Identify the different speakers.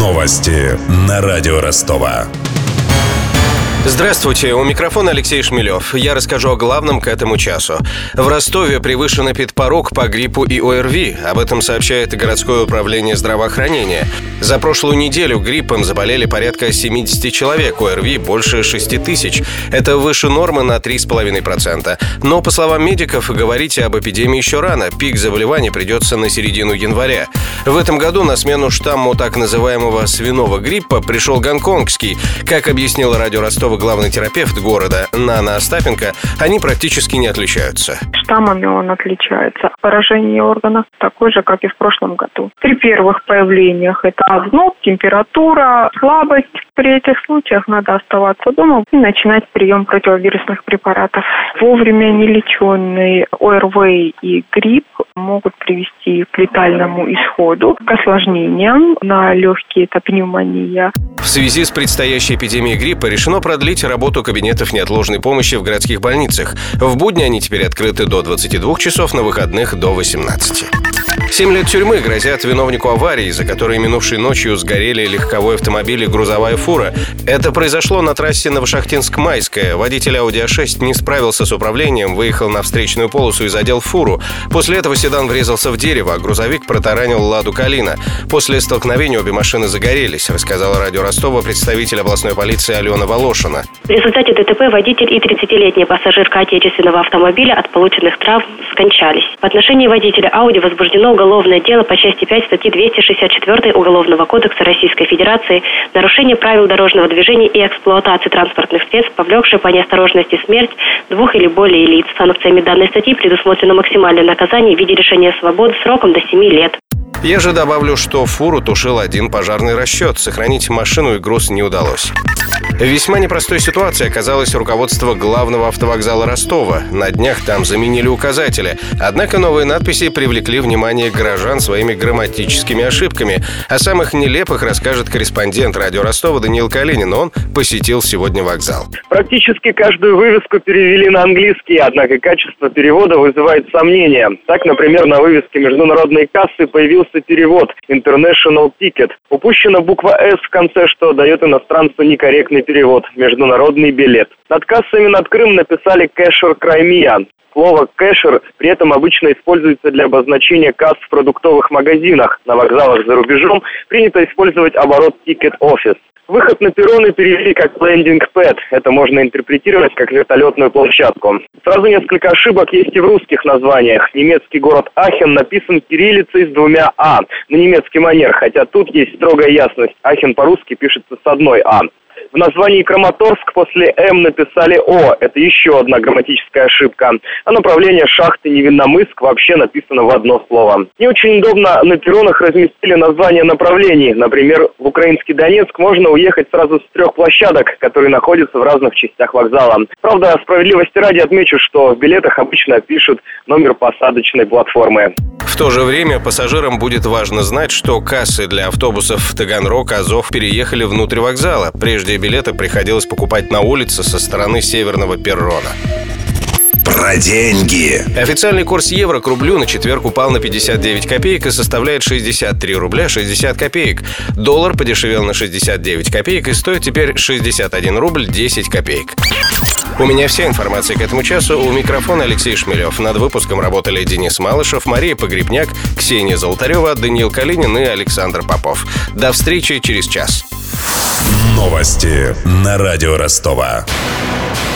Speaker 1: Новости на радио Ростова.
Speaker 2: Здравствуйте, у микрофона Алексей Шмелев. Я расскажу о главном к этому часу. В Ростове превышен эпидпорог по гриппу и ОРВИ. Об этом сообщает городское управление здравоохранения. За прошлую неделю гриппом заболели порядка 70 человек, ОРВИ больше 6 тысяч. Это выше нормы на 3,5%. Но, по словам медиков, говорить об эпидемии еще рано. Пик заболеваний придется на середину января. В этом году на смену штамму так называемого свиного гриппа пришел гонконгский. Как объяснил радио Ростова главный терапевт города Нана Остапенко, они практически не отличаются.
Speaker 3: Штаммами он отличается. Поражение органов такое же, как и в прошлом году. При первых появлениях это озноб, температура, слабость. При этих случаях надо оставаться дома и начинать прием противовирусных препаратов. Вовремя нелеченный ОРВИ и грипп могут привести к летальному исходу, к осложнениям на легкие, это пневмония.
Speaker 2: В связи с предстоящей эпидемией гриппа решено продлить работу кабинетов неотложной помощи в городских больницах. В будни они теперь открыты до 22 часов, на выходных до 18. 7 лет тюрьмы грозят виновнику аварии, из-за которой минувшей ночью сгорели легковой автомобиль и грузовая фура. Это произошло на трассе Новошахтинск-Майская. Водитель Audi A6 не справился с управлением, выехал на встречную полосу и задел фуру. После этого седан врезался в дерево, а грузовик протаранил «Ладу Калина». После столкновения обе машины загорелись, рассказала радио Ростова представитель областной полиции Алена Волошина.
Speaker 4: В результате ДТП водитель и 30-летняя пассажирка отечественного автомобиля от полученных травм скончались. В отношении водителя Audi возбуждено уголовное дело по части 5 статьи 264 Уголовного кодекса Российской Федерации «Нарушение правил дорожного движения и эксплуатации транспортных средств, повлекшее по неосторожности смерть двух или более лиц». Санкциями данной статьи предусмотрено максимальное наказание в виде лишения свободы сроком до 7 лет.
Speaker 2: Я же добавлю, что фуру тушил один пожарный расчет. Сохранить машину и груз не удалось. В весьма непростой ситуации оказалось руководство главного автовокзала Ростова. На днях там заменили указатели. Однако новые надписи привлекли внимание горожан своими грамматическими ошибками. О самых нелепых расскажет корреспондент радио Ростова Даниил Калинин. Он посетил сегодня вокзал.
Speaker 5: Практически каждую вывеску перевели на английский, однако качество перевода вызывает сомнения. Так, например, на вывеске международной кассы появился перевод «International Ticket». Упущена буква «С» в конце, что дает иностранцу некорректный перевод «Международный билет». Над кассами над Крым написали «Кэшер Краймия». Слово «кэшер» при этом обычно используется для обозначения касс в продуктовых магазинах. На вокзалах за рубежом принято использовать оборот «Ticket Office». Выход на перроны перевели как «landing pad». Это можно интерпретировать как вертолетную площадку. Сразу несколько ошибок есть и в русских названиях. Немецкий город Ахен написан кириллицей с 2 «а» на немецкий манер, хотя тут есть строгая ясность. Ахен по-русски пишется с 1 «а». В названии Краматорск после «М» написали «О». Это еще одна грамматическая ошибка. А направление шахты Невинномысск вообще написано в одно слово. Не очень удобно на перронах разместили названия направлений. Например, в украинский Донецк можно уехать сразу с 3 площадок, которые находятся в разных частях вокзала. Правда, справедливости ради отмечу, что в билетах обычно пишут номер посадочной платформы.
Speaker 2: В то же время пассажирам будет важно знать, что кассы для автобусов в Таганрог, Азов переехали внутрь вокзала. Прежде билеты приходилось покупать на улице со стороны северного перрона.
Speaker 1: Про деньги.
Speaker 2: Официальный курс евро к рублю на четверг упал на 59 копеек и составляет 63 рубля 60 копеек. Доллар подешевел на 69 копеек и стоит теперь 61 рубль 10 копеек. У меня вся информация к этому часу. У микрофона Алексей Шмелев. Над выпуском работали Денис Малышев, Мария Погребняк, Ксения Золотарева, Даниил Калинин и Александр Попов. До встречи через час.
Speaker 1: Новости на радио Ростова.